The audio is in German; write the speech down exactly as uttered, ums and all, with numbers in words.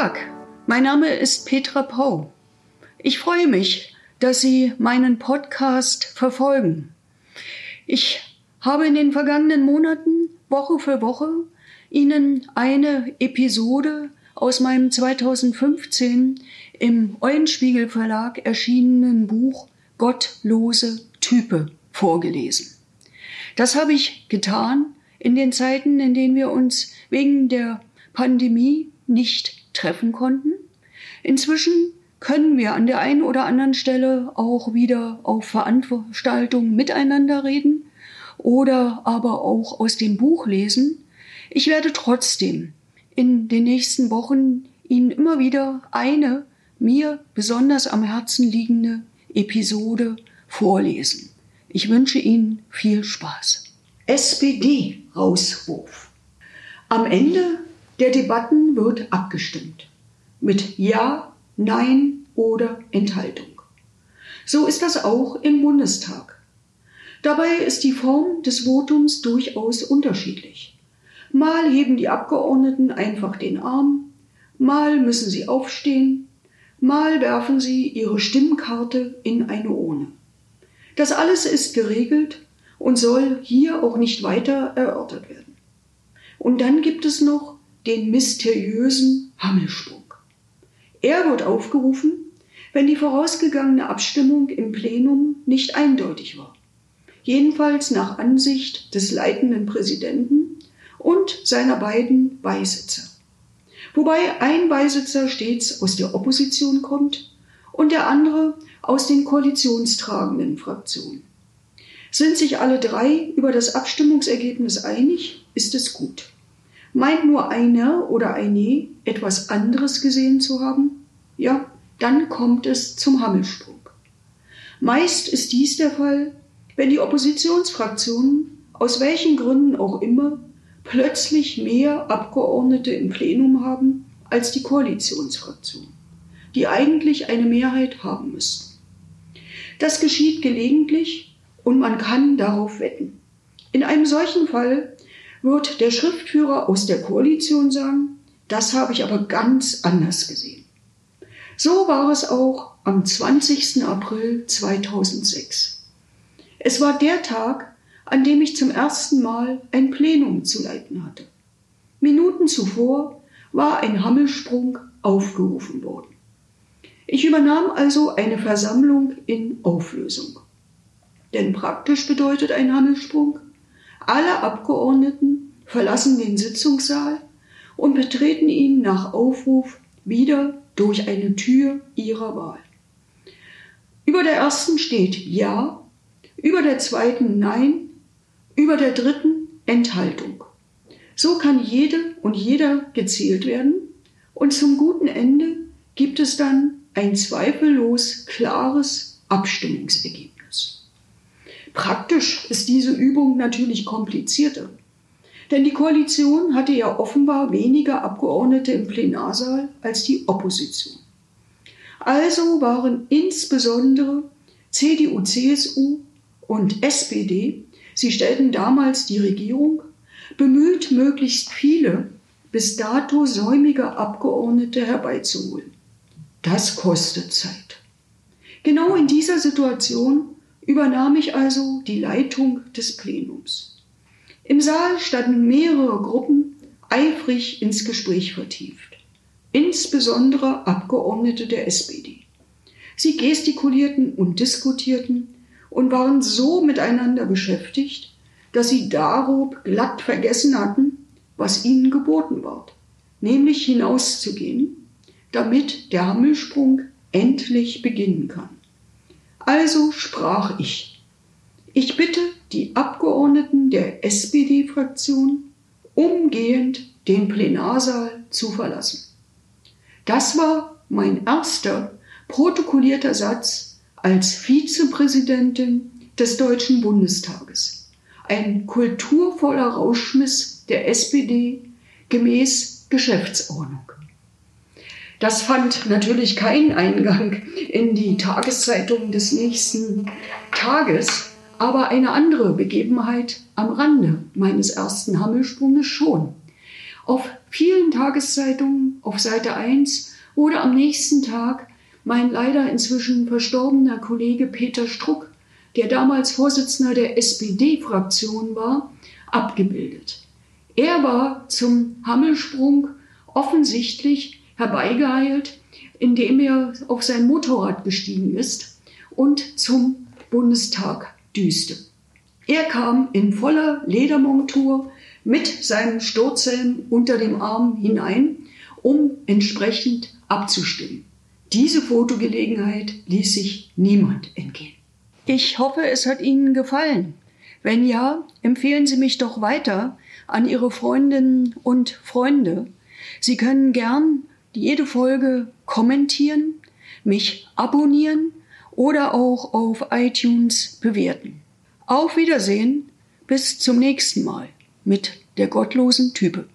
Tag, mein Name ist Petra Pau. Ich freue mich, dass Sie meinen Podcast verfolgen. Ich habe in den vergangenen Monaten, Woche für Woche, Ihnen eine Episode aus meinem zweitausendfünfzehn im Eulenspiegel Verlag erschienenen Buch Gottlose Type vorgelesen. Das habe ich getan in den Zeiten, in denen wir uns wegen der Pandemie nicht treffen konnten. Inzwischen können wir an der einen oder anderen Stelle auch wieder auf Veranstaltungen miteinander reden oder aber auch aus dem Buch lesen. Ich werde trotzdem in den nächsten Wochen Ihnen immer wieder eine mir besonders am Herzen liegende Episode vorlesen. Ich wünsche Ihnen viel Spaß. S P D-Rauswurf. Am Ende der Debatten wird abgestimmt. Mit Ja, Nein oder Enthaltung. So ist das auch im Bundestag. Dabei ist die Form des Votums durchaus unterschiedlich. Mal heben die Abgeordneten einfach den Arm, mal müssen sie aufstehen, mal werfen sie ihre Stimmkarte in eine Urne. Das alles ist geregelt und soll hier auch nicht weiter erörtert werden. Und dann gibt es noch den mysteriösen Hammelsprung. Er wird aufgerufen, wenn die vorausgegangene Abstimmung im Plenum nicht eindeutig war. Jedenfalls nach Ansicht des leitenden Präsidenten und seiner beiden Beisitzer. Wobei ein Beisitzer stets aus der Opposition kommt und der andere aus den koalitionstragenden Fraktionen. Sind sich alle drei über das Abstimmungsergebnis einig, ist es gut. Meint nur einer oder eine etwas anderes gesehen zu haben, ja, dann kommt es zum Hammelsprung. Meist ist dies der Fall, wenn die Oppositionsfraktionen, aus welchen Gründen auch immer, plötzlich mehr Abgeordnete im Plenum haben als die Koalitionsfraktionen, die eigentlich eine Mehrheit haben müssten. Das geschieht gelegentlich und man kann darauf wetten. In einem solchen Fall wird der Schriftführer aus der Koalition sagen, das habe ich aber ganz anders gesehen. So war es auch am zwanzigsten April zweitausendsechs. Es war der Tag, an dem ich zum ersten Mal ein Plenum zu leiten hatte. Minuten zuvor war ein Hammelsprung aufgerufen worden. Ich übernahm also eine Versammlung in Auflösung. Denn praktisch bedeutet ein Hammelsprung, alle Abgeordneten verlassen den Sitzungssaal und betreten ihn nach Aufruf wieder durch eine Tür ihrer Wahl. Über der ersten steht Ja, über der zweiten Nein, über der dritten Enthaltung. So kann jede und jeder gezählt werden und zum guten Ende gibt es dann ein zweifellos klares Abstimmungsergebnis. Praktisch ist diese Übung natürlich komplizierter, denn die Koalition hatte ja offenbar weniger Abgeordnete im Plenarsaal als die Opposition. Also waren insbesondere C D U, C S U und S P D, sie stellten damals die Regierung, bemüht, möglichst viele bis dato säumige Abgeordnete herbeizuholen. Das kostet Zeit. Genau in dieser Situation übernahm ich also die Leitung des Plenums. Im Saal standen mehrere Gruppen eifrig ins Gespräch vertieft, insbesondere Abgeordnete der S P D. Sie gestikulierten und diskutierten und waren so miteinander beschäftigt, dass sie darob glatt vergessen hatten, was ihnen geboten ward, nämlich hinauszugehen, damit der Hammelsprung endlich beginnen kann. Also sprach ich. Ich bitte die Abgeordneten der S P D-Fraktion, umgehend den Plenarsaal zu verlassen. Das war mein erster protokollierter Satz als Vizepräsidentin des Deutschen Bundestages. Ein kulturvoller Rauschmiss der S P D gemäß Geschäftsordnung. Das fand natürlich keinen Eingang in die Tageszeitung des nächsten Tages, aber eine andere Begebenheit am Rande meines ersten Hammelsprunges schon. Auf vielen Tageszeitungen auf Seite eins wurde am nächsten Tag mein leider inzwischen verstorbener Kollege Peter Struck, der damals Vorsitzender der S P D-Fraktion war, abgebildet. Er war zum Hammelsprung offensichtlich herbeigeeilt, indem er auf sein Motorrad gestiegen ist und zum Bundestag düste. Er kam in voller Ledermontur mit seinem Sturzhelm unter dem Arm hinein, um entsprechend abzustimmen. Diese Fotogelegenheit ließ sich niemand entgehen. Ich hoffe, es hat Ihnen gefallen. Wenn ja, empfehlen Sie mich doch weiter an Ihre Freundinnen und Freunde. Sie können gern jede Folge kommentieren, mich abonnieren oder auch auf iTunes bewerten. Auf Wiedersehen, bis zum nächsten Mal mit der gottlosen Type.